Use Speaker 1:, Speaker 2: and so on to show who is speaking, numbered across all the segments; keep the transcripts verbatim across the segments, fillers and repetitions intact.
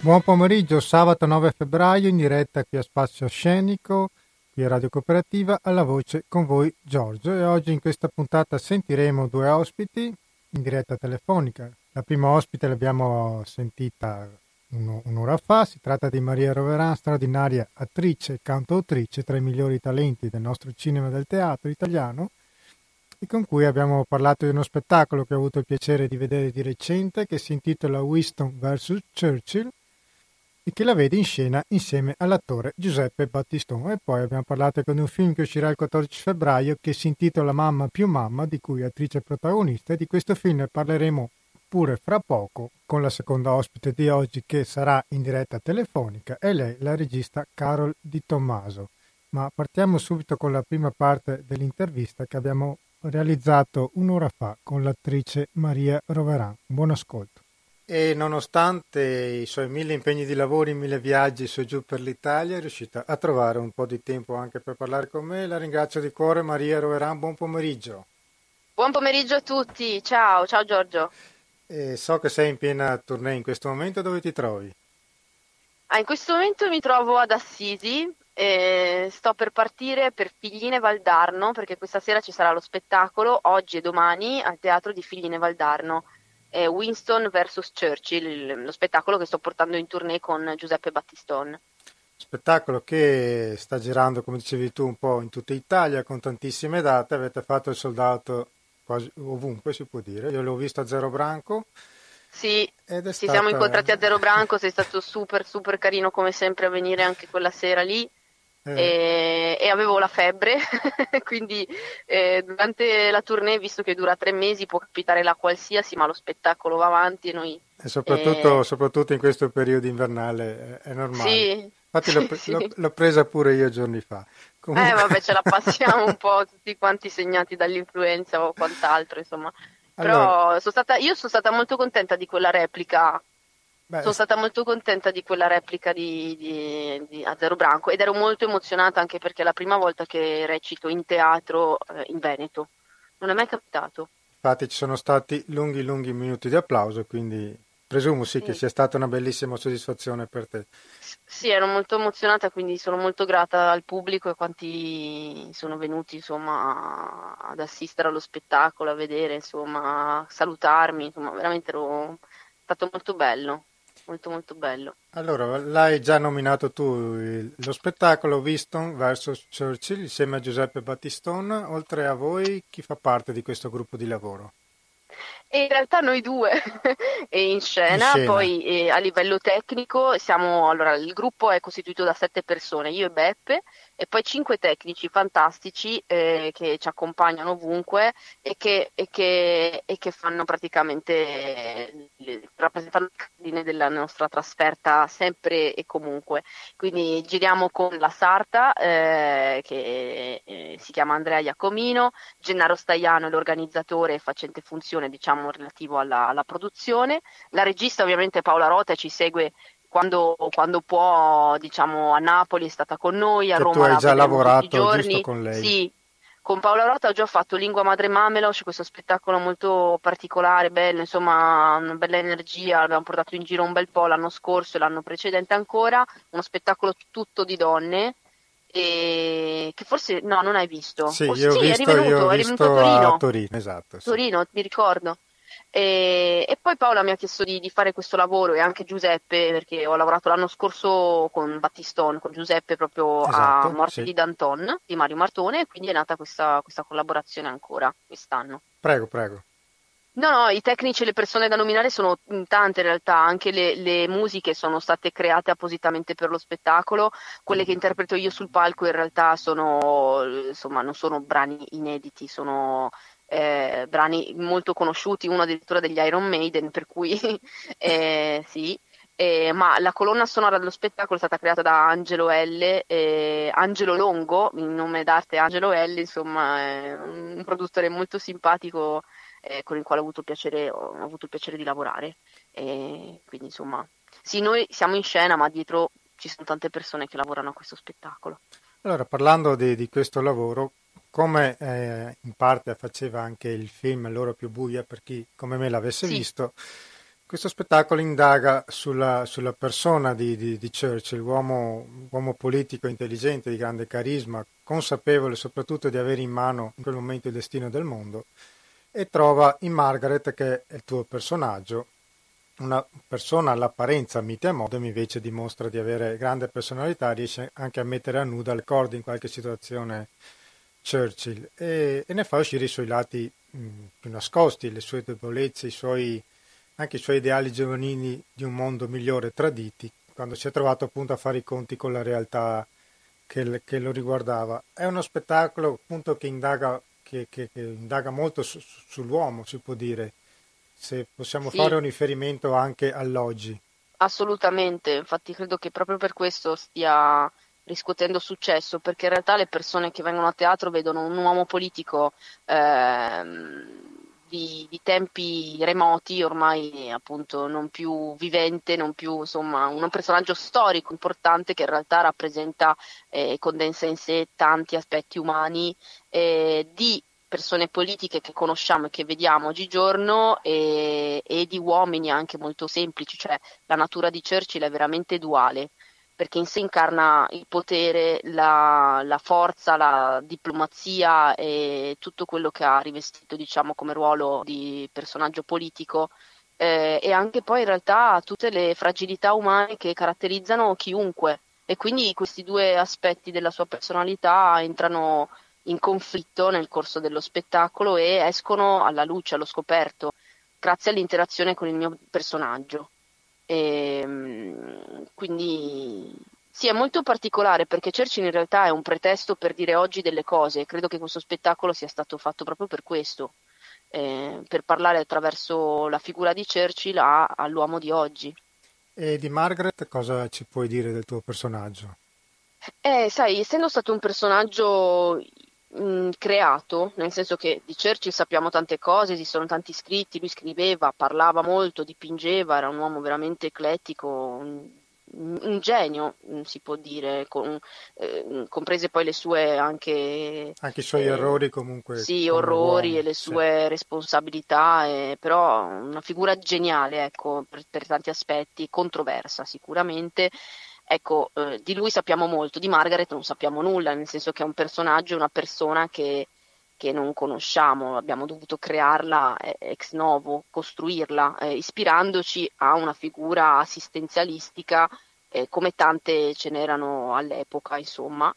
Speaker 1: Buon pomeriggio, sabato nove febbraio in diretta qui a Spazio Scenico, qui a Radio Cooperativa, alla voce con voi Giorgio, e oggi in questa puntata sentiremo due ospiti in diretta telefonica. La prima ospite l'abbiamo sentita un, un'ora fa, si tratta di Maria Roveran, straordinaria attrice e cantautrice, tra i migliori talenti del nostro cinema e del teatro italiano, e con cui abbiamo parlato di uno spettacolo che ho avuto il piacere di vedere di recente, che si intitola Winston versus Churchill, e che la vede in scena insieme all'attore Giuseppe Battistone. E poi abbiamo parlato con un film che uscirà il quattordici febbraio che si intitola Mamma più mamma, di cui è attrice protagonista, e di questo film ne parleremo pure fra poco con la seconda ospite di oggi, che sarà in diretta telefonica, e lei la regista Carol Di Tommaso. Ma partiamo subito con la prima parte dell'intervista che abbiamo realizzato un'ora fa con l'attrice Maria Roveran. Buon ascolto. E nonostante i suoi mille impegni di lavoro, mille viaggi su e giù per l'Italia, è riuscita a trovare un po' di tempo anche per parlare con me. La ringrazio di cuore, Maria Roveran, buon pomeriggio.
Speaker 2: Buon pomeriggio a tutti, ciao, ciao Giorgio.
Speaker 1: E so che sei in piena tournée in questo momento, dove ti trovi?
Speaker 2: Ah, in questo momento mi trovo ad Assisi, e sto per partire per Figline Valdarno, perché questa sera ci sarà lo spettacolo, oggi e domani, al Teatro di Figline Valdarno. Winston versus Churchill, lo spettacolo che sto portando in tournée con Giuseppe Battistone.
Speaker 1: Spettacolo che sta girando, come dicevi tu, un po' in tutta Italia con tantissime date. Avete fatto il sold out quasi ovunque, si può dire. Io l'ho visto a Zero Branco.
Speaker 2: Sì,
Speaker 1: ed è
Speaker 2: ci
Speaker 1: stata...
Speaker 2: siamo incontrati a Zero Branco, sei stato super super carino come sempre a venire anche quella sera lì. Eh. E, e avevo la febbre, quindi eh, durante la tournée, visto che dura tre mesi, può capitare la qualsiasi, ma lo spettacolo va avanti e noi...
Speaker 1: E soprattutto,
Speaker 2: eh...
Speaker 1: soprattutto in questo periodo invernale è, è normale.
Speaker 2: Sì,
Speaker 1: Infatti
Speaker 2: sì,
Speaker 1: l'ho,
Speaker 2: sì.
Speaker 1: l'ho, l'ho presa pure io giorni fa. Comunque...
Speaker 2: Eh vabbè, ce la passiamo un po' tutti quanti segnati dall'influenza o quant'altro, insomma.
Speaker 1: Allora...
Speaker 2: Però sono stata, io sono stata molto contenta di quella replica. Beh, sono stata molto contenta di quella replica di, di, di a Zero Branco, ed ero molto emozionata anche perché è la prima volta che recito in teatro eh, in Veneto. Non è mai capitato.
Speaker 1: Infatti ci sono stati lunghi lunghi minuti di applauso, quindi presumo sì, sì. che sia stata una bellissima soddisfazione per te.
Speaker 2: Sì, ero molto emozionata, quindi sono molto grata al pubblico e quanti sono venuti, insomma, ad assistere allo spettacolo, a vedere, insomma, a salutarmi, insomma, veramente ero... è stato molto bello, molto molto bello.
Speaker 1: Allora, l'hai già nominato tu, lo spettacolo Winston versus Churchill insieme a Giuseppe Battistone. Oltre a voi, chi fa parte di questo gruppo di lavoro?
Speaker 2: E in realtà noi due in scena, in scena. Poi eh, a livello tecnico siamo, allora il gruppo è costituito da sette persone, io e Beppe, e poi cinque tecnici fantastici eh, che ci accompagnano ovunque e che, e che, e che fanno praticamente eh, rappresentano il cardine della nostra trasferta sempre e comunque. Quindi giriamo con la sarta eh, che eh, si chiama Andrea Iacomino, Gennaro Staiano è l'organizzatore e facente funzione, diciamo, relativo alla, alla produzione. La regista ovviamente Paola Rota ci segue quando, quando può, diciamo, a Napoli è stata con noi, a
Speaker 1: che
Speaker 2: Roma
Speaker 1: tu hai già lavorato
Speaker 2: giusto
Speaker 1: con lei.
Speaker 2: Sì, con Paola Rota ho già fatto Lingua Madre Mamelosh, questo spettacolo molto particolare, bello, insomma, una bella energia, l'abbiamo portato in giro un bel po' l'anno scorso e l'anno precedente ancora, uno spettacolo tutto di donne, e che forse no, non hai visto.
Speaker 1: Sì,
Speaker 2: oh,
Speaker 1: io ho
Speaker 2: sì,
Speaker 1: visto,
Speaker 2: è venuto,
Speaker 1: io ho
Speaker 2: è
Speaker 1: visto
Speaker 2: venuto a Torino.
Speaker 1: A Torino, esatto. Sì.
Speaker 2: Torino, mi ricordo. E, e poi Paola mi ha chiesto di, di fare questo lavoro, e anche Giuseppe, perché ho lavorato l'anno scorso con Battistone, con Giuseppe proprio
Speaker 1: esatto,
Speaker 2: a Morte
Speaker 1: sì.
Speaker 2: di Danton, di Mario Martone, e quindi è nata questa, questa collaborazione ancora quest'anno.
Speaker 1: Prego, prego.
Speaker 2: No, no, i tecnici e le persone da nominare sono tante in realtà, anche le, le musiche sono state create appositamente per lo spettacolo, quelle che interpreto io sul palco in realtà sono, insomma, non sono brani inediti, sono eh, brani molto conosciuti, uno addirittura degli Iron Maiden, per cui eh, sì. Eh, ma la colonna sonora dello spettacolo è stata creata da Angelo L, eh, Angelo Longo, il nome d'arte è Angelo L, insomma è un produttore molto simpatico eh, con il quale ho avuto il piacere, ho avuto il piacere di lavorare. E quindi insomma, sì, noi siamo in scena, ma dietro ci sono tante persone che lavorano a questo spettacolo.
Speaker 1: Allora, parlando di, di questo lavoro, come eh, in parte faceva anche il film L'ora più buia, per chi come me l'avesse
Speaker 2: sì.
Speaker 1: visto, Questo spettacolo indaga sulla, sulla persona di, di, di Churchill, uomo, uomo politico intelligente, di grande carisma, consapevole soprattutto di avere in mano in quel momento il destino del mondo, e trova in Margaret, che è il tuo personaggio, una persona all'apparenza mite e modem, invece dimostra di avere grande personalità, riesce anche a mettere a nudo le corde in qualche situazione Churchill, e, e ne fa uscire i suoi lati mh, più nascosti, le sue debolezze, i suoi, anche i suoi ideali giovanili di un mondo migliore traditi, quando si è trovato appunto a fare i conti con la realtà che, che lo riguardava. È uno spettacolo appunto che indaga, che, che, che indaga molto su, sull'uomo, si può dire, se possiamo
Speaker 2: Sì,
Speaker 1: fare un riferimento anche all'oggi.
Speaker 2: assolutamente, infatti credo che proprio per questo stia riscuotendo successo, perché in realtà le persone che vengono a teatro vedono un uomo politico ehm, di, di tempi remoti, ormai appunto non più vivente, non più insomma un personaggio storico importante che in realtà rappresenta e eh, condensa in sé tanti aspetti umani eh, di persone politiche che conosciamo e che vediamo oggigiorno e, e di uomini anche molto semplici, cioè la natura di Churchill è veramente duale, perché in sé incarna il potere, la, la forza, la diplomazia e tutto quello che ha rivestito, diciamo, come ruolo di personaggio politico, eh, e anche poi in realtà tutte le fragilità umane che caratterizzano chiunque. E quindi questi due aspetti della sua personalità entrano in conflitto nel corso dello spettacolo e escono alla luce, allo scoperto, grazie all'interazione con il mio personaggio. E, quindi sì, è molto particolare perché Churchill in realtà è un pretesto per dire oggi delle cose e credo che questo spettacolo sia stato fatto proprio per questo, eh, per parlare attraverso la figura di Churchill a, all'uomo di oggi.
Speaker 1: E di Margaret cosa ci puoi dire del tuo personaggio?
Speaker 2: Eh, sai, essendo stato un personaggio mh, creato, nel senso che di Churchill sappiamo tante cose, esistono tanti scritti, lui scriveva, parlava molto, dipingeva, era un uomo veramente eclettico, un, un genio, mh, si può dire, con- eh, comprese poi le sue anche
Speaker 1: Anche i suoi
Speaker 2: eh,
Speaker 1: errori comunque
Speaker 2: sì,
Speaker 1: come
Speaker 2: orrori e
Speaker 1: uomo,
Speaker 2: le
Speaker 1: sì.
Speaker 2: sue responsabilità, eh, però una figura geniale, ecco, per, per tanti aspetti, controversa sicuramente. Ecco, eh, di lui sappiamo molto, di Margaret non sappiamo nulla, nel senso che è un personaggio, una persona che, che non conosciamo, abbiamo dovuto crearla eh, ex novo, costruirla, eh, ispirandoci a una figura assistenzialistica, eh, come tante ce n'erano all'epoca, insomma.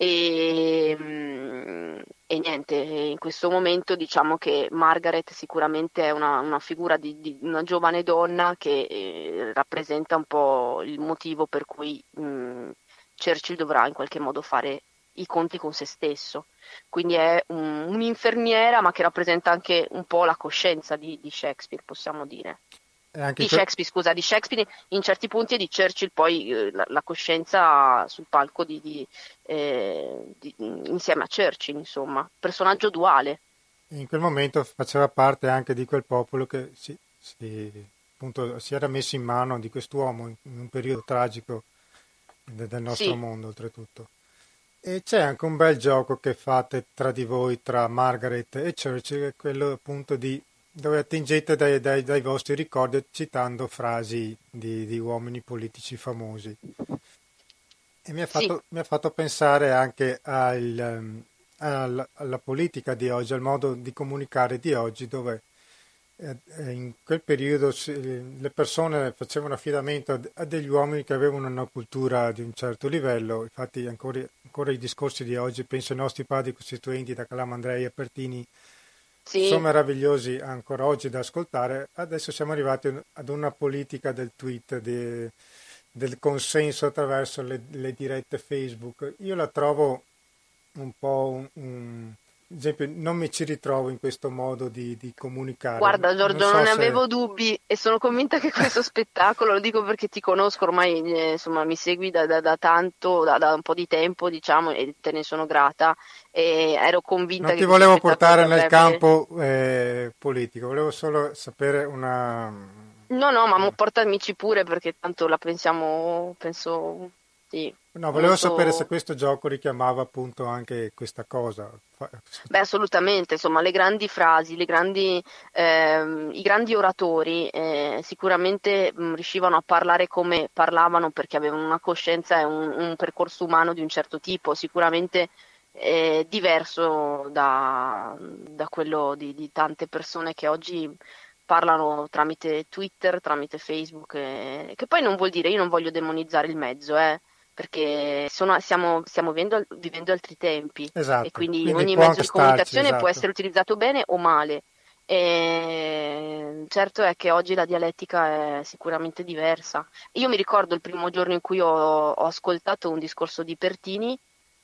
Speaker 2: E, mm, e niente, in questo momento diciamo che Margaret sicuramente è una, una figura di, di una giovane donna che eh, rappresenta un po' il motivo per cui mh, Churchill dovrà in qualche modo fare i conti con se stesso. Quindi è un- un'infermiera, ma che rappresenta anche un po' la coscienza di, di Shakespeare, possiamo dire.
Speaker 1: E anche
Speaker 2: Di
Speaker 1: que-
Speaker 2: Shakespeare, scusa, di Shakespeare in certi punti e di Churchill poi eh, la, la coscienza sul palco di, di, eh, di- insieme a Churchill, insomma, personaggio duale.
Speaker 1: in quel momento faceva parte anche di quel popolo che si, si- appunto, si era messo in mano di quest'uomo in, in un periodo tragico de- del nostro
Speaker 2: Sì,
Speaker 1: mondo, oltretutto. E c'è anche un bel gioco che fate tra di voi, tra Margaret e Churchill, che è quello appunto di dove attingete dai, dai- dai vostri ricordi citando frasi di, di uomini politici famosi. E mi ha
Speaker 2: sì,
Speaker 1: fatto, mi ha fatto pensare anche al, ehm, alla, alla politica di oggi, al modo di comunicare di oggi, dove eh, eh, in quel periodo si- le persone facevano affidamento a, a degli uomini che avevano una cultura di un certo livello. Infatti ancora, ancora i discorsi di oggi, penso ai nostri padri costituenti da Calamandrei a Pertini, sono
Speaker 2: sì.
Speaker 1: meravigliosi ancora oggi da ascoltare. Adesso siamo arrivati ad una politica del tweet, de- del consenso attraverso le, le dirette Facebook. Io la trovo un po' un, un- ad esempio, non mi ci ritrovo in questo modo di, di comunicare.
Speaker 2: Guarda
Speaker 1: Non
Speaker 2: Giorgio, non
Speaker 1: so
Speaker 2: ne
Speaker 1: se
Speaker 2: avevo dubbi e sono convinta che questo spettacolo, lo dico perché ti conosco ormai, eh, insomma, mi segui da, da- da tanto, da, da un po' di tempo, diciamo, e te ne sono grata e ero convinta
Speaker 1: non
Speaker 2: che
Speaker 1: ti
Speaker 2: questo
Speaker 1: volevo
Speaker 2: spettacolo ti
Speaker 1: portare nel
Speaker 2: avrebbe.
Speaker 1: campo eh, politico, volevo solo sapere una...
Speaker 2: No, no, ma mo- portamici pure perché tanto la pensiamo, penso sì.
Speaker 1: No, volevo
Speaker 2: Molto...
Speaker 1: sapere se questo gioco richiamava appunto anche questa cosa.
Speaker 2: Beh, assolutamente, insomma, le grandi frasi, le grandi, ehm, i grandi oratori eh, sicuramente mh, riuscivano a parlare come parlavano perché avevano una coscienza e un, un percorso umano di un certo tipo, sicuramente eh, diverso da, da quello di, di tante persone che oggi parlano tramite Twitter, tramite Facebook, eh, che poi non vuol dire, io non voglio demonizzare il mezzo, eh, perché sono- stiamo, stiamo vivendo, vivendo altri tempi e
Speaker 1: Esatto,
Speaker 2: quindi
Speaker 1: quindi
Speaker 2: ogni
Speaker 1: può
Speaker 2: mezzo
Speaker 1: anche
Speaker 2: di
Speaker 1: starci,
Speaker 2: comunicazione può
Speaker 1: esatto.
Speaker 2: essere utilizzato bene o male. E certo è che oggi la dialettica è sicuramente diversa. Io mi ricordo il primo giorno in cui ho, ho ascoltato un discorso di Pertini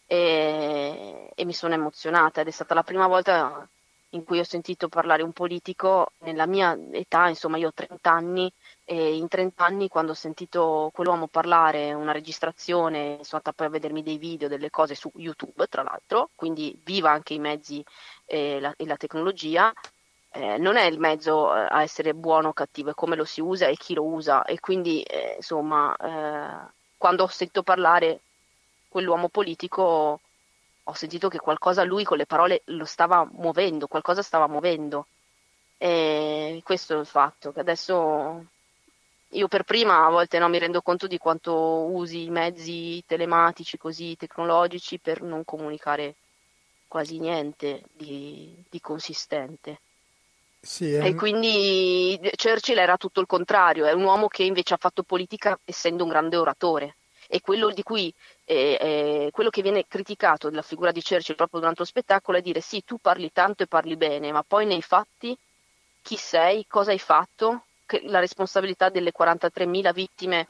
Speaker 2: e, e mi sono emozionata ed è stata la prima volta in cui ho sentito parlare un politico nella mia età, insomma io ho trenta anni e in trenta anni quando ho sentito quell'uomo parlare, una registrazione, sono andata poi a vedermi dei video, delle cose su YouTube tra l'altro, quindi viva anche i mezzi e la, e la tecnologia, eh, non è il mezzo eh, a essere buono o cattivo, è come lo si usa e chi lo usa e quindi eh, insomma eh, quando ho sentito parlare quell'uomo politico ho sentito che qualcosa lui con le parole lo stava muovendo, qualcosa stava muovendo. E questo è il fatto, che adesso io per prima a volte non mi rendo conto di quanto usi i mezzi telematici così tecnologici per non comunicare quasi niente di, di consistente.
Speaker 1: Sì, è
Speaker 2: E
Speaker 1: un-
Speaker 2: quindi Churchill era tutto il contrario, è un uomo che invece ha fatto politica essendo un grande oratore. E quello di cui eh, eh, quello che viene criticato della figura di Churchill proprio durante lo spettacolo è dire sì, tu parli tanto e parli bene, ma poi nei fatti chi sei, cosa hai fatto, che la responsabilità delle quarantatremila vittime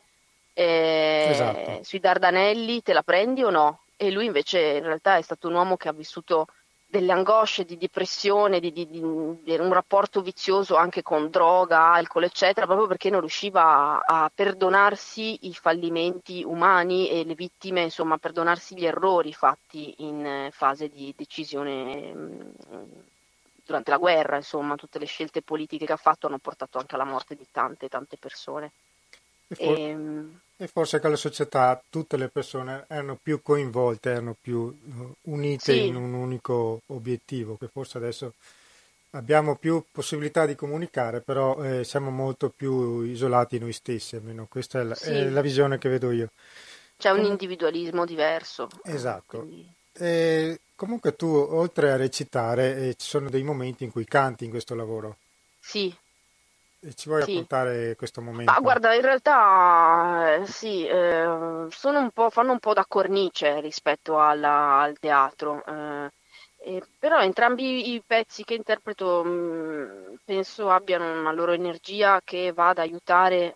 Speaker 1: esatto.
Speaker 2: eh, sui Dardanelli te la prendi o no? E lui invece in realtà è stato un uomo che ha vissuto delle angosce, di depressione, di, di- di- di un rapporto vizioso anche con droga, alcol, eccetera, proprio perché non riusciva a, a perdonarsi i fallimenti umani e le vittime, insomma, a perdonarsi gli errori fatti in eh, fase di decisione mh, durante la guerra, insomma, tutte le scelte politiche che ha fatto hanno portato anche alla morte di tante, tante persone.
Speaker 1: E, for-
Speaker 2: E, mh,
Speaker 1: e forse che la società, tutte le persone erano più coinvolte, erano più eh, unite in
Speaker 2: sì,
Speaker 1: un unico obiettivo, che forse adesso abbiamo più possibilità di comunicare, però eh, siamo molto più isolati noi stessi, almeno questa è la, è
Speaker 2: sì,
Speaker 1: la visione che vedo io.
Speaker 2: c'è un
Speaker 1: Comu-
Speaker 2: individualismo diverso, eh,
Speaker 1: esatto.
Speaker 2: quindi
Speaker 1: E comunque tu, oltre a recitare, eh, ci sono dei momenti in cui canti in questo lavoro.
Speaker 2: sì,
Speaker 1: E ci vuoi
Speaker 2: sì.
Speaker 1: raccontare questo
Speaker 2: Ma
Speaker 1: momento?
Speaker 2: guarda, in realtà eh, sì, eh, sono un po', fanno un po' da cornice rispetto alla- al teatro, eh, e- però entrambi i pezzi che interpreto mh, penso abbiano una loro energia che va ad aiutare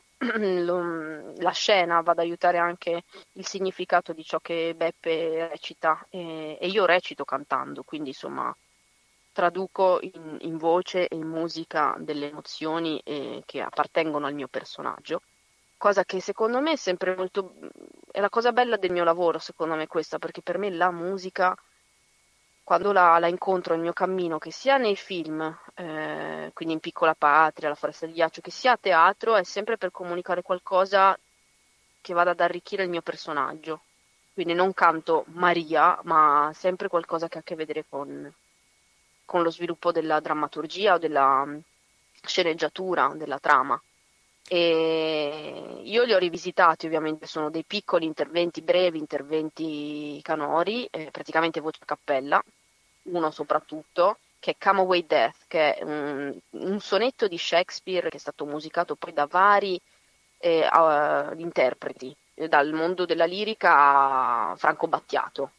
Speaker 2: lo- la scena, va ad aiutare anche il significato di ciò che Beppe recita e, e io recito cantando, quindi insomma traduco in, in voce e in musica delle emozioni eh, che appartengono al mio personaggio, cosa che secondo me è sempre molto... è la cosa bella del mio lavoro, secondo me questa, perché per me la musica, quando la, la incontro nel mio cammino, che sia nei film, eh, quindi in Piccola Patria, La Foresta di Ghiaccio, che sia a teatro, è sempre per comunicare qualcosa che vada ad arricchire il mio personaggio. Quindi non canto Maria, ma sempre qualcosa che ha a che vedere con con lo sviluppo della drammaturgia o della mh, sceneggiatura, della trama. E io li ho rivisitati, ovviamente sono dei piccoli interventi brevi, interventi canori, eh, praticamente voce a cappella, uno soprattutto, che è Come Away Death, che è un, un sonetto di Shakespeare che è stato musicato poi da vari eh, uh, interpreti, eh, dal mondo della lirica a Franco Battiato.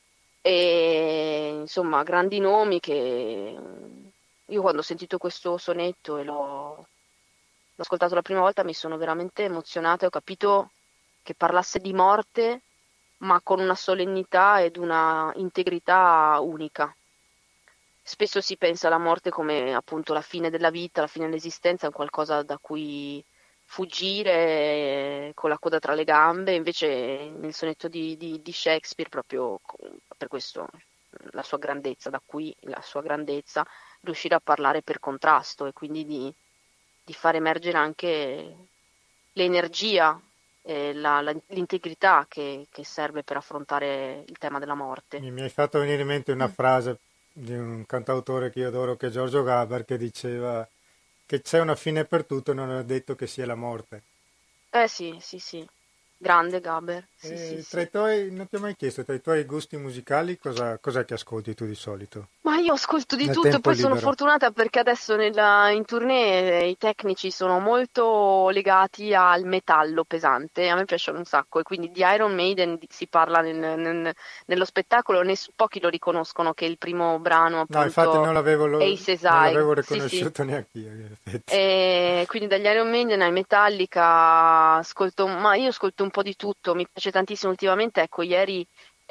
Speaker 2: E insomma, grandi nomi che io quando ho sentito questo sonetto e l'ho, l'ho ascoltato la prima volta mi sono veramente emozionata e ho capito che parlasse di morte, ma con una solennità ed una integrità unica. Spesso si pensa alla morte come appunto la fine della vita, la fine dell'esistenza, è un qualcosa da cui fuggire eh, con la coda tra le gambe, invece nel sonetto di, di- di Shakespeare, proprio co- per questo la sua grandezza, da qui la sua grandezza, riuscire a parlare per contrasto e quindi di, di far emergere anche l'energia eh, la- la- l'integrità che, che serve per affrontare il tema della morte.
Speaker 1: Mi, mi hai fatto venire in mente una frase di un cantautore che io adoro, che è Giorgio Gaber, che diceva che c'è una fine per tutto e non è detto che sia la morte.
Speaker 2: Eh sì, sì, sì, grande Gaber, sì, sì,
Speaker 1: E tra
Speaker 2: sì.
Speaker 1: i tuoi, non ti ho mai chiesto, tra i tuoi gusti musicali cosa, cos'è che ascolti tu di solito?
Speaker 2: Ma io ascolto di
Speaker 1: Nel
Speaker 2: tutto e
Speaker 1: tempo
Speaker 2: poi sono
Speaker 1: libero.
Speaker 2: fortunata perché adesso nella- in tournée eh, i tecnici sono molto legati al metallo pesante, a me piacciono un sacco e quindi di Iron Maiden di- si parla nel- nel- nello spettacolo, ness- pochi lo riconoscono che il primo brano
Speaker 1: No, infatti
Speaker 2: appunto
Speaker 1: non l'avevo, lo-
Speaker 2: Ace
Speaker 1: non
Speaker 2: High,
Speaker 1: l'avevo
Speaker 2: sì sì.
Speaker 1: riconosciuto neanche io, in effetti.
Speaker 2: E quindi dagli Iron Maiden ai Metallica ascolto, ma io ascolto un po' di tutto, mi piace tantissimo ultimamente, ecco, ieri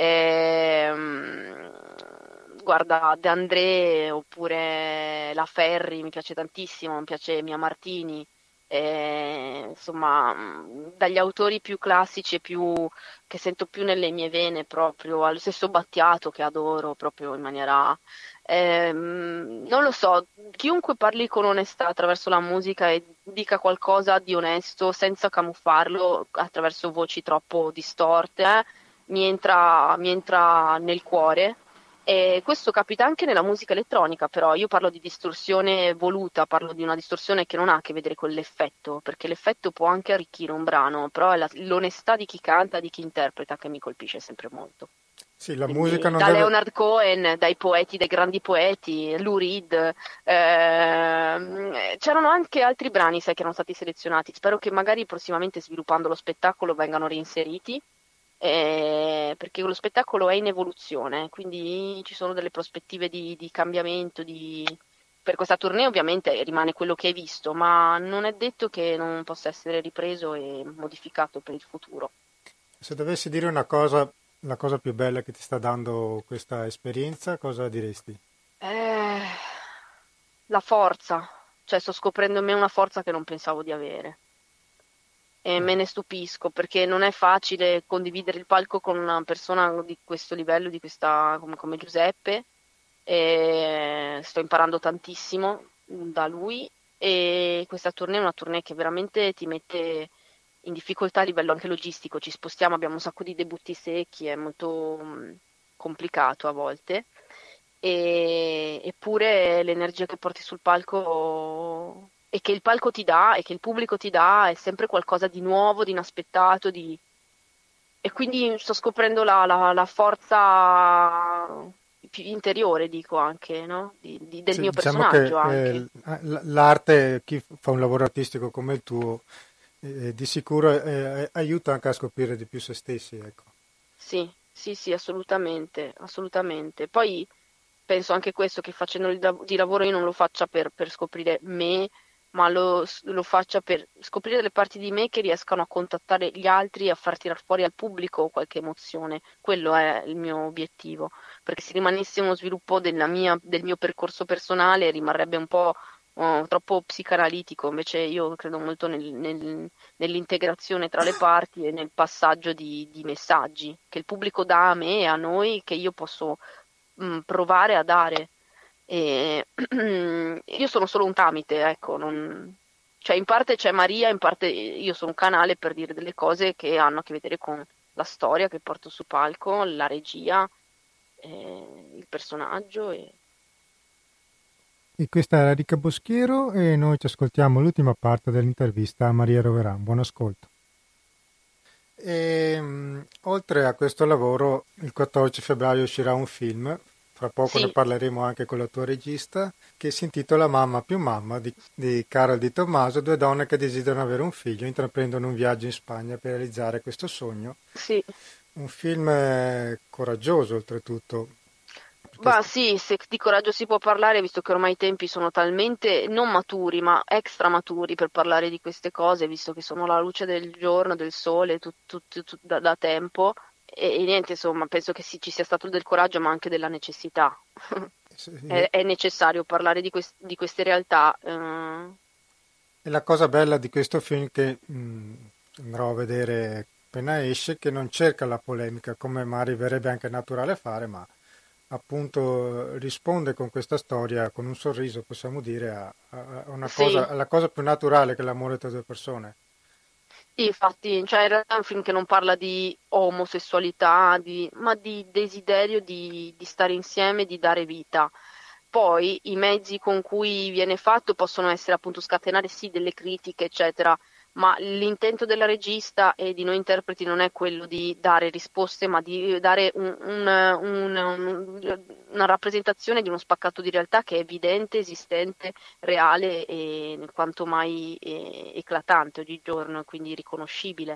Speaker 2: ehm, guarda De André oppure La Ferri, mi piace tantissimo, mi piace Mia Martini, eh, insomma, mh, dagli autori più classici e più che sento più nelle mie vene proprio, allo stesso Battiato che adoro proprio in maniera Ehm, non lo so, chiunque parli con onestà attraverso la musica e dica qualcosa di onesto senza camuffarlo attraverso voci troppo distorte, eh, mi entra, mi entra nel cuore. E questo capita anche nella musica elettronica, però io parlo di distorsione voluta, parlo di una distorsione che non ha a che vedere con l'effetto, perché l'effetto può anche arricchire un brano, però è la- l'onestà di chi canta, di chi interpreta che mi colpisce sempre molto.
Speaker 1: Sì, la musica
Speaker 2: Quindi
Speaker 1: non
Speaker 2: da
Speaker 1: deve...
Speaker 2: Leonard Cohen, dai poeti, dai grandi poeti, Lou Reed, ehm, c'erano anche altri brani, sai, che erano stati selezionati. Spero che magari prossimamente sviluppando lo spettacolo vengano reinseriti, eh, perché lo spettacolo è in evoluzione, quindi ci sono delle prospettive di, di cambiamento, di... Per questa tournée ovviamente rimane quello che hai visto, ma non è detto che non possa essere ripreso e modificato per il futuro.
Speaker 1: Se dovessi dire una cosa, la cosa più bella che ti sta dando questa esperienza, cosa diresti?
Speaker 2: Eh, la forza, cioè sto scoprendo in me una forza che non pensavo di avere e me ne stupisco perché non è facile condividere il palco con una persona di questo livello, di questa, come, come Giuseppe. E sto imparando tantissimo da lui e questa tournée è una tournée che veramente ti mette in difficoltà a livello anche logistico, ci spostiamo, abbiamo un sacco di debutti secchi, è molto mh, complicato a volte, e, eppure l'energia che porti sul palco e che il palco ti dà e che il pubblico ti dà è sempre qualcosa di nuovo, di inaspettato, di... e quindi sto scoprendo la, la- la forza più interiore, dico anche, no? Di- di- del
Speaker 1: Sì,
Speaker 2: mio
Speaker 1: diciamo che
Speaker 2: personaggio anche.
Speaker 1: eh, l'arte, chi fa un lavoro artistico come il tuo, eh, di sicuro eh, aiuta anche a scoprire di più se stessi, ecco.
Speaker 2: Sì, sì, sì, assolutamente, assolutamente. Poi penso anche questo, che facendo il da- di lavoro io non lo faccia per, per scoprire me, ma lo, lo faccia per scoprire delle parti di me che riescano a contattare gli altri e a far tirar fuori al pubblico qualche emozione. Quello è il mio obiettivo, perché se rimanesse uno sviluppo della mia- del mio percorso personale rimarrebbe un po' oh, troppo psicanalitico, invece io credo molto nel- nel- nell'integrazione tra le parti e nel passaggio di, di messaggi che il pubblico dà a me e a noi, che io posso mh, provare a dare. E, io sono solo un tramite, ecco, non... cioè in parte c'è Maria, in parte io sono un canale per dire delle cose che hanno a che vedere con la storia che porto su palco, la regia, eh, il personaggio. E...
Speaker 1: E questa è Enrica Boschiero e noi ci ascoltiamo l'ultima parte dell'intervista a Maria Roveran. Buon ascolto. E, mh, oltre a questo lavoro, il quattordici febbraio uscirà un film, fra poco ne
Speaker 2: Sì,
Speaker 1: parleremo anche con la tua regista, che si intitola Mamma più mamma di, di Carol Di Tommaso, due donne che desiderano avere un figlio, intraprendono un viaggio in Spagna per realizzare questo sogno.
Speaker 2: sì.
Speaker 1: Un film eh, coraggioso oltretutto, perché
Speaker 2: Bah sì, se di coraggio si può parlare, visto che ormai i tempi sono talmente non maturi, ma extra maturi per parlare di queste cose, visto che sono la luce del giorno, del sole, tut- tut- tut- da, da tempo. E, e niente, insomma, penso che sì, ci sia stato del coraggio, ma anche della necessità. È, è necessario parlare di, quest- di queste realtà. eh.
Speaker 1: e la cosa bella di questo film che mh, andrò a vedere appena esce, che non cerca la polemica come magari verrebbe anche naturale fare, ma appunto risponde con questa storia, con un sorriso, possiamo dire, a, a una
Speaker 2: Sì,
Speaker 1: cosa, alla cosa più naturale che è l'amore tra due persone.
Speaker 2: Sì, infatti, cioè in realtà è un film che non parla di omosessualità, di- ma di desiderio di, di stare insieme, di dare vita. Poi i mezzi con cui viene fatto possono essere appunto scatenare sì delle critiche, eccetera, ma l'intento della regista e di noi interpreti non è quello di dare risposte, ma di dare un- un- un- un- una rappresentazione di uno spaccato di realtà che è evidente, esistente, reale e quanto mai eh, eclatante oggigiorno, e quindi riconoscibile.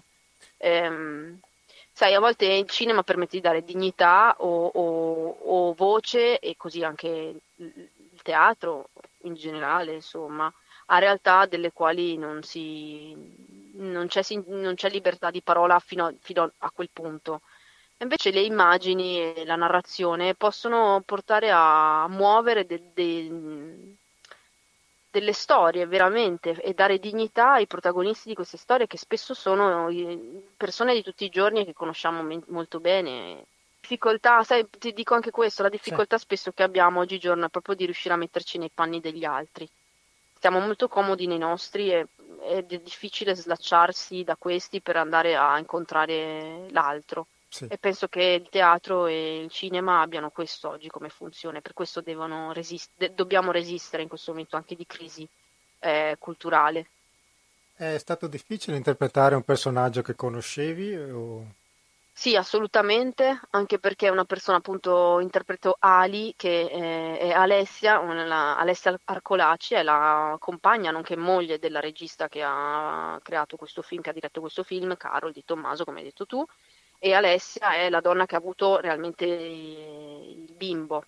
Speaker 2: Ehm, Sai, a volte il cinema permette di dare dignità o, o- o voce, e così anche il il teatro in generale, insomma, a realtà delle quali non si, non c'è, sin- non c'è libertà di parola fino a, fino a quel punto. Invece le immagini e la narrazione possono portare a muovere de- de- delle storie veramente e dare dignità ai protagonisti di queste storie che spesso sono eh, persone di tutti i giorni che conosciamo men- molto bene. Difficoltà, sai, ti dico anche questo, la
Speaker 1: Sì.
Speaker 2: difficoltà spesso che abbiamo oggigiorno è proprio di riuscire a metterci nei panni degli altri. Siamo molto comodi nei nostri e, ed è difficile slacciarsi da questi per andare a incontrare l'altro.
Speaker 1: Sì.
Speaker 2: E penso che il teatro e il cinema abbiano questo oggi come funzione, per questo devono resist- de- dobbiamo resistere in questo momento anche di crisi eh, culturale.
Speaker 1: È stato difficile interpretare un personaggio che conoscevi o...
Speaker 2: Sì, assolutamente, anche perché una persona, appunto, interpreto Ali, che eh, è Alessia, una- Alessia Arcolaci, è la compagna, nonché moglie della regista che ha creato questo film, che ha diretto questo film, Carol Di Tommaso, come hai detto tu, e Alessia è la donna che ha avuto realmente il bimbo.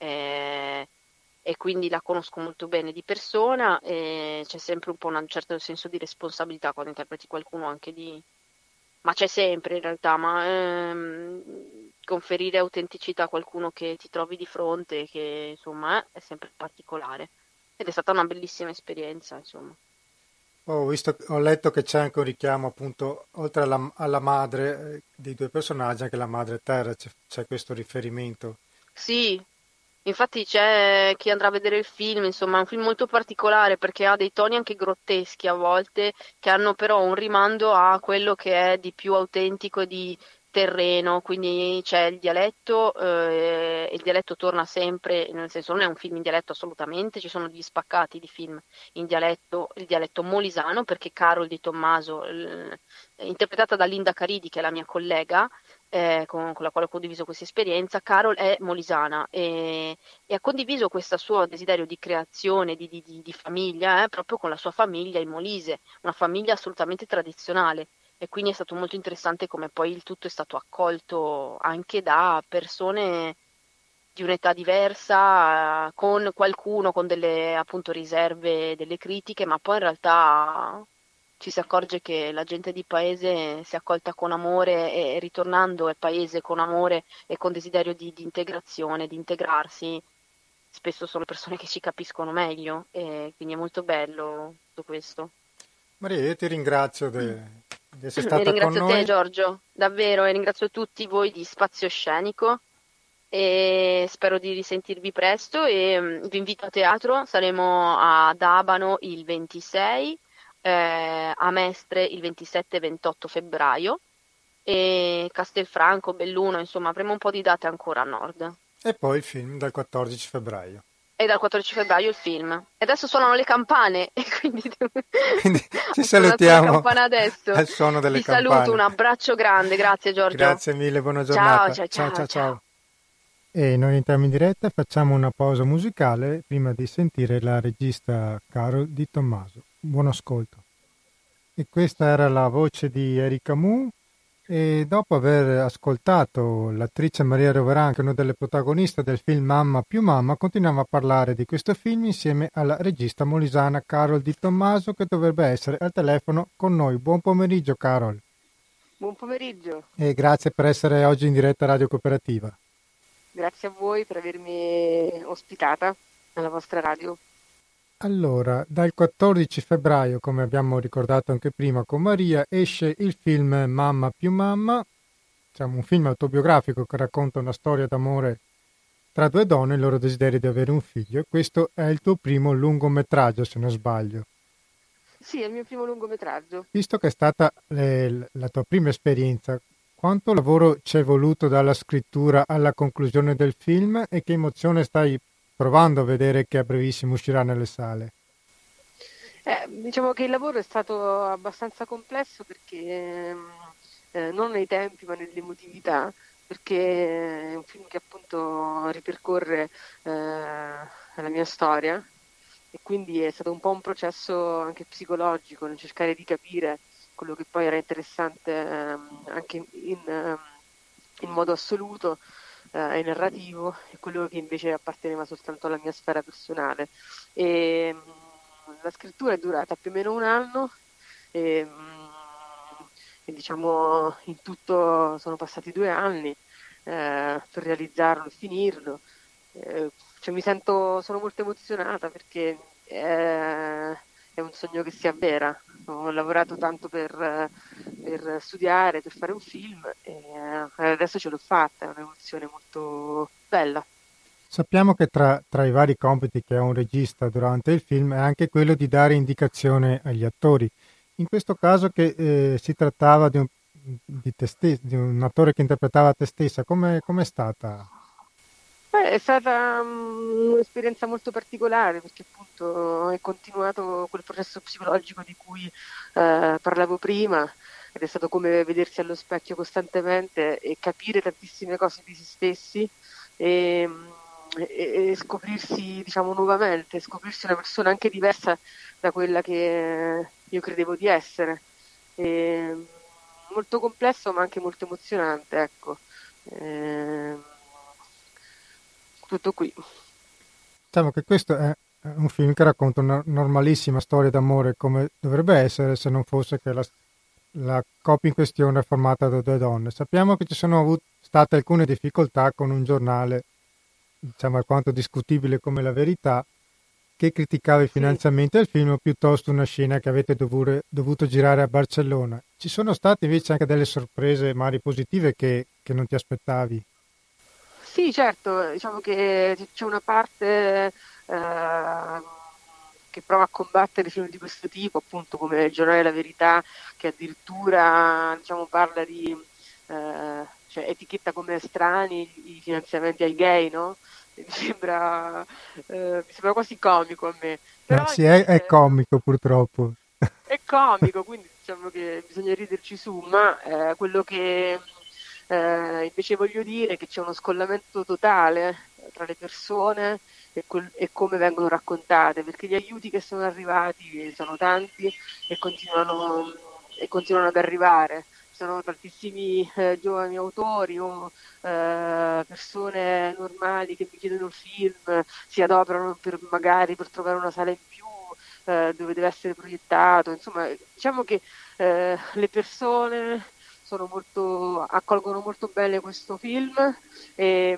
Speaker 2: eh, e quindi la conosco molto bene di persona e c'è sempre un po' un certo senso di responsabilità quando interpreti qualcuno anche di ma c'è sempre in realtà, ma ehm, conferire autenticità a qualcuno che ti trovi di fronte, che insomma è sempre particolare. Ed è stata una bellissima esperienza, insomma.
Speaker 1: Ho visto, ho letto che c'è anche un richiamo appunto, oltre alla, alla madre eh, dei due personaggi, anche la madre terra, c'è, c'è questo riferimento.
Speaker 2: Sì, infatti c'è chi andrà a vedere il film, insomma, è un film molto particolare perché ha dei toni anche grotteschi a volte, che hanno però un rimando a quello che è di più autentico e di terreno, quindi c'è il dialetto, eh, e il dialetto torna sempre, nel senso non è un film in dialetto assolutamente, ci sono degli spaccati di film in dialetto, il dialetto molisano, perché Carol Di Tommaso, l- interpretata da Linda Caridi, che è la mia collega, eh, con, con la quale ho condiviso questa esperienza, Carol è molisana e, e ha condiviso questo suo desiderio di creazione, di, di- di- di famiglia, eh, proprio con la sua famiglia in Molise, una famiglia assolutamente tradizionale. E quindi è stato molto interessante come poi il tutto è stato accolto anche da persone di un'età diversa, eh, con qualcuno con delle appunto riserve, delle critiche, ma poi in realtà ci si accorge che la gente di paese si è accolta con amore e ritornando al paese con amore e con desiderio di, di integrazione, di integrarsi, spesso sono persone che ci capiscono meglio e quindi è molto bello tutto questo.
Speaker 1: Maria, io ti ringrazio de- di essere
Speaker 2: E
Speaker 1: stata con
Speaker 2: ringrazio te
Speaker 1: noi.
Speaker 2: Giorgio, davvero, e ringrazio tutti voi di Spazio Scenico e spero di risentirvi presto e mm, vi invito a teatro, saremo ad Abano il ventisei, eh, a Mestre il ventisette e ventotto febbraio e Castelfranco, Belluno, insomma avremo un po' di date ancora a nord.
Speaker 1: E poi il film dal quattordici febbraio.
Speaker 2: E dal quattordici febbraio il film. E adesso suonano le campane e quindi
Speaker 1: Quindi ci
Speaker 2: ha suonato la
Speaker 1: salutiamo
Speaker 2: campana adesso.
Speaker 1: al suono delle
Speaker 2: Ti saluto, un
Speaker 1: campane.
Speaker 2: abbraccio grande, grazie Giorgio.
Speaker 1: Grazie mille, buona
Speaker 2: Ciao,
Speaker 1: giornata.
Speaker 2: ciao,
Speaker 1: Ciao
Speaker 2: ciao,
Speaker 1: ciao
Speaker 2: ciao.
Speaker 1: ciao. E noi entriamo in diretta, facciamo una pausa musicale prima di sentire la regista Carol Di Tommaso. Buon ascolto. E questa era la voce di Erika Mu e dopo aver ascoltato l'attrice Maria Roveran, che è una delle protagoniste del film Mamma più Mamma, continuiamo a parlare di questo film insieme alla regista molisana Carol Di Tommaso, che dovrebbe essere al telefono con noi. Buon pomeriggio Carol
Speaker 3: Buon pomeriggio,
Speaker 1: e grazie per essere oggi in diretta Radio Cooperativa.
Speaker 3: grazie a voi per avermi ospitata nella vostra radio.
Speaker 1: Allora, dal quattordici febbraio, come abbiamo ricordato anche prima con Maria, esce il film Mamma più Mamma, diciamo un film autobiografico che racconta una storia d'amore tra due donne e il loro desiderio di avere un figlio. Questo è il tuo primo lungometraggio, se non sbaglio.
Speaker 3: Sì, è il mio primo lungometraggio.
Speaker 1: Visto che è stata eh, la tua prima esperienza, quanto lavoro ci è voluto dalla scrittura alla conclusione del film e che emozione stai provando a vedere che a brevissimo uscirà nelle sale?
Speaker 3: Eh, diciamo che il lavoro è stato abbastanza complesso perché ehm, eh, non nei tempi ma nell'emotività, perché è un film che appunto ripercorre eh, la mia storia e quindi è stato un po' un processo anche psicologico nel cercare di capire quello che poi era interessante ehm, anche in, in, ehm, in modo assoluto eh, e narrativo e quello che invece apparteneva soltanto alla mia sfera personale. E, mh, la scrittura è durata più o meno un anno e, mh, e diciamo in tutto sono passati due anni eh, per realizzarlo e finirlo. Eh, cioè, mi sento, sono molto emozionata perché eh, è un sogno che si avvera. Ho lavorato tanto per, per studiare, per fare un film e eh, adesso ce l'ho fatta, è un'emozione molto bella.
Speaker 1: Sappiamo che tra, tra i vari compiti che ha un regista durante il film è anche quello di dare indicazione agli attori. In questo caso che eh, si trattava di un, di, te stes- di un attore che interpretava te stessa, come è stata?
Speaker 3: Beh, è stata mm, un'esperienza molto particolare perché appunto è continuato quel processo psicologico di cui eh, parlavo prima ed è stato come vedersi allo specchio costantemente e capire tantissime cose di se stessi e, mm, e- e scoprirsi, diciamo, nuovamente, scoprirsi una persona anche diversa da quella che io credevo di essere. E, mm, molto complesso ma anche molto emozionante, ecco. Ehm, tutto qui.
Speaker 1: Diciamo che questo è un film che racconta una normalissima storia d'amore come dovrebbe essere se non fosse che la, la coppia in questione è formata da due donne. Sappiamo che ci sono avut- state alcune difficoltà con un giornale, diciamo alquanto discutibile come La Verità, che criticava i
Speaker 3: Sì.
Speaker 1: finanziamenti al film o piuttosto una scena che avete dovure- dovuto girare a Barcellona. Ci sono state invece anche delle sorprese magari positive che, che non ti aspettavi?
Speaker 3: Sì, certo, diciamo che c'è una parte eh, che prova a combattere film di questo tipo, appunto come il giornale La Verità, che addirittura diciamo, parla di, eh, cioè, etichetta come strani i finanziamenti ai gay, no? E Mi sembra, eh, mi sembra quasi comico a me.
Speaker 1: Eh,
Speaker 3: Però
Speaker 1: sì, è, è
Speaker 3: invece
Speaker 1: comico purtroppo.
Speaker 3: è comico, quindi diciamo che bisogna riderci su, ma eh, quello che eh, invece voglio dire è che c'è uno scollamento totale tra le persone e, quel- e come vengono raccontate, perché gli aiuti che sono arrivati sono tanti e continuano, e continuano ad arrivare. Ci sono tantissimi eh, giovani autori o eh, persone normali che mi chiedono il film, si adoperano per, magari per trovare una sala in più eh, dove deve essere proiettato. Insomma, diciamo che eh, le persone sono molto, accolgono molto bene questo film e,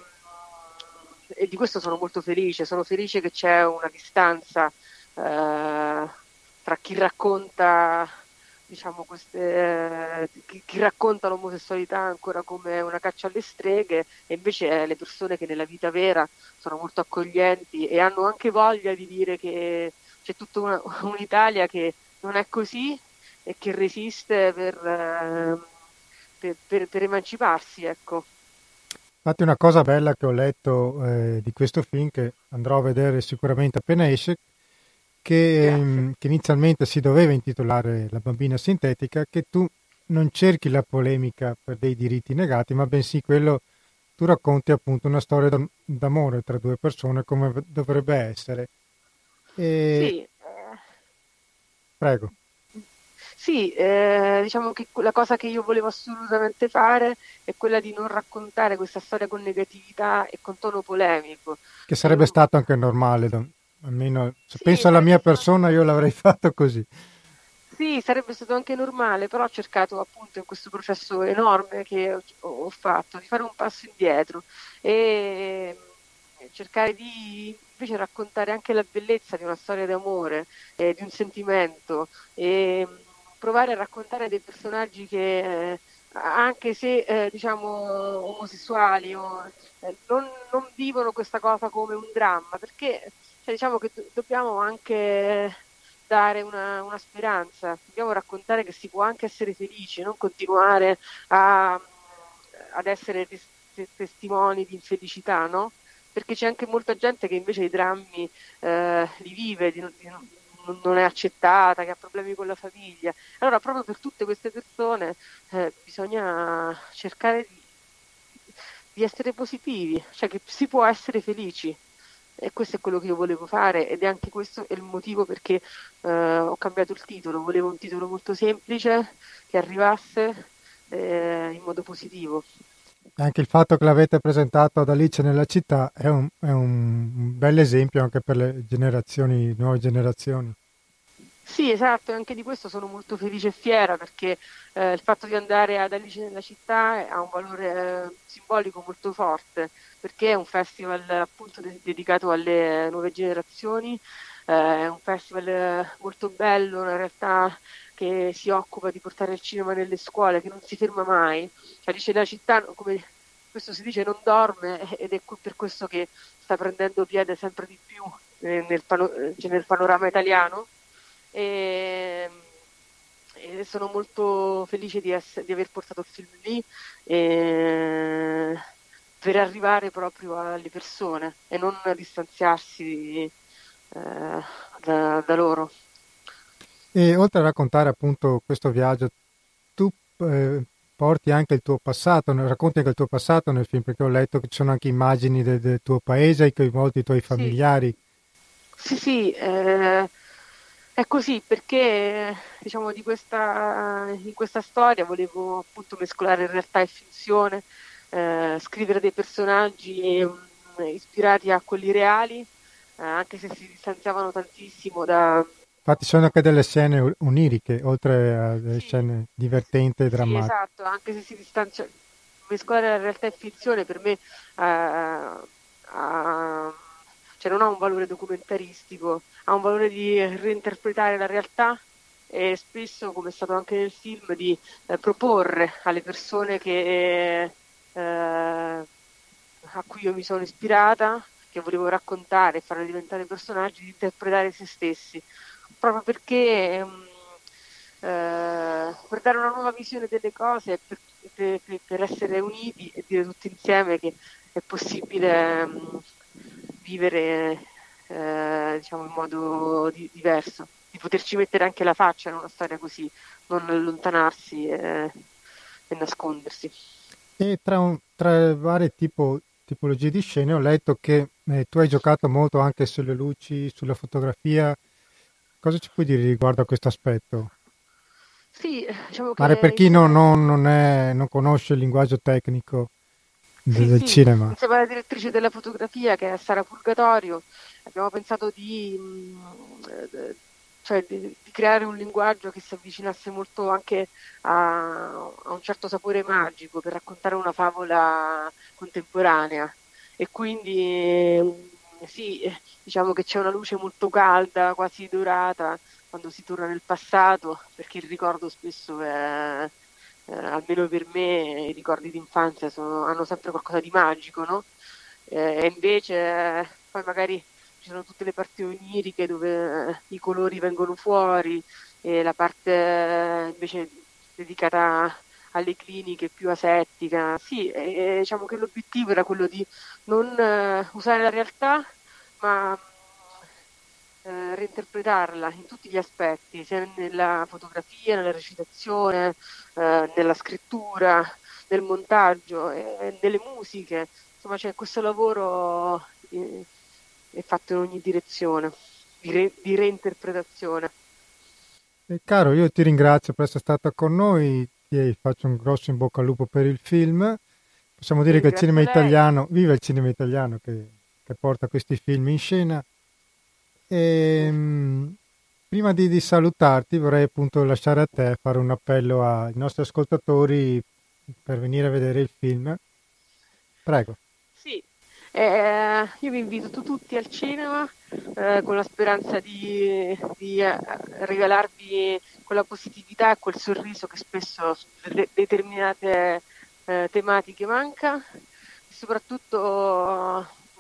Speaker 3: e di questo sono molto felice. Sono felice che c'è una distanza eh, tra chi racconta diciamo, queste, eh, chi, chi racconta l'omosessualità ancora come una caccia alle streghe e invece le persone che nella vita vera sono molto accoglienti e hanno anche voglia di dire che c'è tutta una, un'Italia che non è così e che resiste per, eh, per, per, per emanciparsi, ecco.
Speaker 1: Infatti una cosa bella che ho letto eh, di questo film, che andrò a vedere sicuramente appena esce, che,
Speaker 3: Grazie.
Speaker 1: ehm, che inizialmente si doveva intitolare La bambina sintetica, che tu non cerchi la polemica per dei diritti negati, ma bensì quello, tu racconti appunto una storia d'am- d'amore tra due persone come v- dovrebbe essere. E
Speaker 3: Sì, eh,
Speaker 1: prego.
Speaker 3: sì, eh, diciamo che la cosa che io volevo assolutamente fare è quella di non raccontare questa storia con negatività e con tono polemico.
Speaker 1: Che
Speaker 3: Cioè,
Speaker 1: sarebbe stato anche normale, da- almeno se
Speaker 3: sì,
Speaker 1: penso alla mia
Speaker 3: sarebbe stato
Speaker 1: persona io l'avrei fatto così.
Speaker 3: Sì, sarebbe stato anche normale, però ho cercato appunto in questo processo enorme che ho, ho fatto di fare un passo indietro e cercare di invece raccontare anche la bellezza di una storia d'amore, eh, di un sentimento e provare a raccontare dei personaggi che eh, anche se eh, diciamo omosessuali o, eh, non, non vivono questa cosa come un dramma, perché cioè, diciamo che do- dobbiamo anche dare una, una speranza, dobbiamo raccontare che si può anche essere felici, non continuare a, ad essere tes- testimoni di infelicità, no? Perché c'è anche molta gente che invece i drammi eh, li vive, di, di, non è accettata, che ha problemi con la famiglia. Allora proprio per tutte queste persone eh, bisogna cercare di, di essere positivi, cioè che si può essere felici. E questo è quello che io volevo fare ed è anche questo è il motivo perché eh, ho cambiato il titolo. Volevo un titolo molto semplice che arrivasse eh, in modo positivo.
Speaker 1: Anche il fatto che l'avete presentato ad Alice nella città è un, è un bel esempio anche per le generazioni, nuove generazioni.
Speaker 3: Sì, esatto, e anche di questo sono molto felice e fiera perché eh, il fatto di andare ad Alice nella città ha un valore eh, simbolico molto forte, perché è un festival appunto de- dedicato alle nuove generazioni, eh, è un festival eh, molto bello, una realtà che si occupa di portare il cinema nelle scuole, che non si ferma mai. Alice nella città, come questo si dice, non dorme ed è per questo che sta prendendo piede sempre di più eh, nel, pano- eh, nel panorama italiano. E, e sono molto felice di, essere, di aver portato il film lì e, per arrivare proprio alle persone e non distanziarsi eh, da, da loro.
Speaker 1: E oltre a raccontare appunto questo viaggio, tu eh, porti anche il tuo passato, racconti anche il tuo passato nel film, perché ho letto che ci sono anche immagini del, del tuo paese, hai coinvolto i tuoi
Speaker 3: Sì,
Speaker 1: familiari.
Speaker 3: sì, sì, eh, è così perché diciamo di questa, in questa storia volevo appunto mescolare realtà e finzione, eh, scrivere dei personaggi eh, ispirati a quelli reali, eh, anche se si distanziavano tantissimo da...
Speaker 1: Infatti sono anche delle scene oniriche, oltre a delle
Speaker 3: Sì,
Speaker 1: scene divertenti e
Speaker 3: sì,
Speaker 1: drammatiche.
Speaker 3: esatto, anche se si distanzia, mescolare la realtà e finzione per me eh, ha- cioè non ha un valore documentaristico, ha un valore di reinterpretare la realtà e spesso, come è stato anche nel film, di eh, proporre alle persone che, eh, a cui io mi sono ispirata, che volevo raccontare e farle diventare personaggi, di interpretare se stessi, proprio perché mh, eh, per dare una nuova visione delle cose, per, per, per essere uniti e dire tutti insieme che è possibile mh, vivere eh, diciamo in modo di- diverso, di poterci mettere anche la faccia in una storia così, non allontanarsi e, e nascondersi.
Speaker 1: E tra, un- tra varie tipo- tipologie di scene ho letto che eh, tu hai giocato molto anche sulle luci, sulla fotografia. Cosa ci puoi dire riguardo a questo aspetto?
Speaker 3: Sì, diciamo
Speaker 1: Magari per
Speaker 3: che
Speaker 1: chi non,
Speaker 3: insieme,
Speaker 1: non- non è- non conosce il linguaggio tecnico de-
Speaker 3: sì,
Speaker 1: del
Speaker 3: sì,
Speaker 1: cinema.
Speaker 3: insieme alla direttrice della fotografia che è Sara Purgatorio, abbiamo pensato di, mh, eh, cioè di, di creare un linguaggio che si avvicinasse molto anche a, a un certo sapore magico per raccontare una favola contemporanea. E quindi mh, sì, eh, diciamo che c'è una luce molto calda, quasi dorata, quando si torna nel passato, perché il ricordo spesso è eh, almeno per me i ricordi d'infanzia sono- hanno sempre qualcosa di magico, no? Eh, e invece eh, poi magari ci sono tutte le parti oniriche dove eh, i colori vengono fuori e la parte eh, invece dedicata alle cliniche più asettica. Sì, e, e diciamo che l'obiettivo era quello di non eh, usare la realtà, ma eh, reinterpretarla in tutti gli aspetti, sia nella fotografia, nella recitazione, eh, nella scrittura, nel montaggio, e nelle musiche. Insomma, c'è questo lavoro eh, è fatto in ogni direzione, di, re- di reinterpretazione.
Speaker 1: E caro, io ti ringrazio per essere stata con noi, ti faccio un grosso in bocca al lupo per il film. Possiamo
Speaker 3: Io
Speaker 1: dire che il
Speaker 3: ringrazio
Speaker 1: cinema
Speaker 3: lei.
Speaker 1: italiano, viva il cinema italiano che, che porta questi film in scena. E, mh, prima di, di salutarti vorrei appunto lasciare a te fare un appello ai nostri ascoltatori per venire a vedere il film. Prego.
Speaker 3: Sì, eh, io vi invito tu- tutti al cinema eh, con la speranza di, di, eh, regalarvi quella positività e quel sorriso che spesso su de- determinate eh, tematiche manca. E soprattutto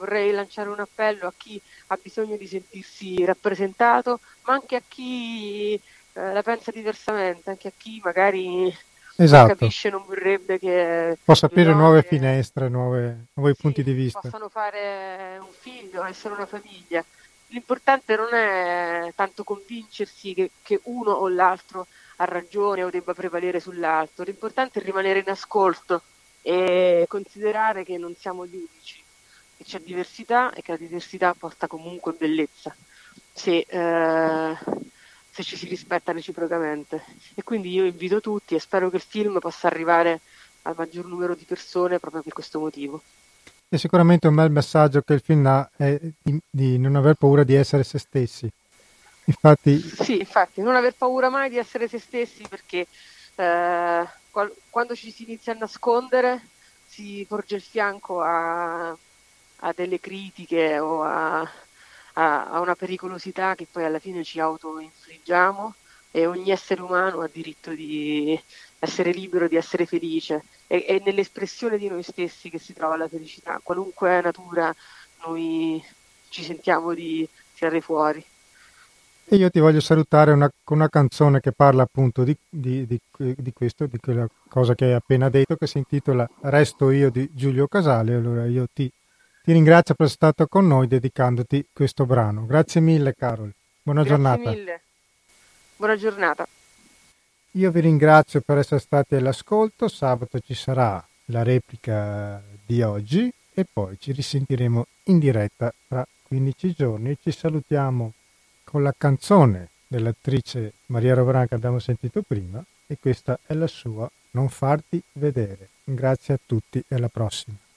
Speaker 3: vorrei lanciare un appello a chi ha bisogno di sentirsi rappresentato, ma anche a chi eh, la pensa diversamente, anche a chi magari
Speaker 1: esatto.
Speaker 3: non capisce, non vorrebbe che
Speaker 1: possa aprire nuove
Speaker 3: donne,
Speaker 1: finestre, nuove, nuovi
Speaker 3: sì,
Speaker 1: punti di vista.
Speaker 3: possano fare un figlio, essere una famiglia. L'importante non è tanto convincersi che, che uno o l'altro ha ragione o debba prevalere sull'altro, l'importante è rimanere in ascolto e considerare che non siamo gli unici, che c'è diversità e che la diversità porta comunque bellezza, se, eh, se ci si rispetta reciprocamente. E quindi io invito tutti e spero che il film possa arrivare al maggior numero di persone proprio per questo motivo.
Speaker 1: E sicuramente un bel messaggio che il film ha è di, di non aver paura di essere se stessi. Infatti,
Speaker 3: sì, infatti, non aver paura mai di essere se stessi, perché eh, qual- quando ci si inizia a nascondere si porge il fianco a, a delle critiche o a, a, a una pericolosità che poi alla fine ci auto-infliggiamo, e ogni essere umano ha diritto di essere libero, di essere felice. È, è nell'espressione di noi stessi che si trova la felicità, qualunque natura noi ci sentiamo di tirare fuori.
Speaker 1: e io ti voglio salutare una, con una canzone che parla appunto di, di, di, di questo, di quella cosa che hai appena detto, che si intitola Resto io di Giulio Casale. Allora io ti, ti ringrazio per essere stato con noi dedicandoti questo brano. Grazie mille, Carol. Buona
Speaker 3: Grazie
Speaker 1: giornata.
Speaker 3: mille. Buona giornata.
Speaker 1: Io vi ringrazio per essere stati all'ascolto. Sabato ci sarà la replica di oggi e poi ci risentiremo in diretta tra quindici giorni. Ci salutiamo con la canzone dell'attrice Maria Rovran che abbiamo sentito prima, e questa è la sua Non farti vedere. Grazie a tutti e alla prossima.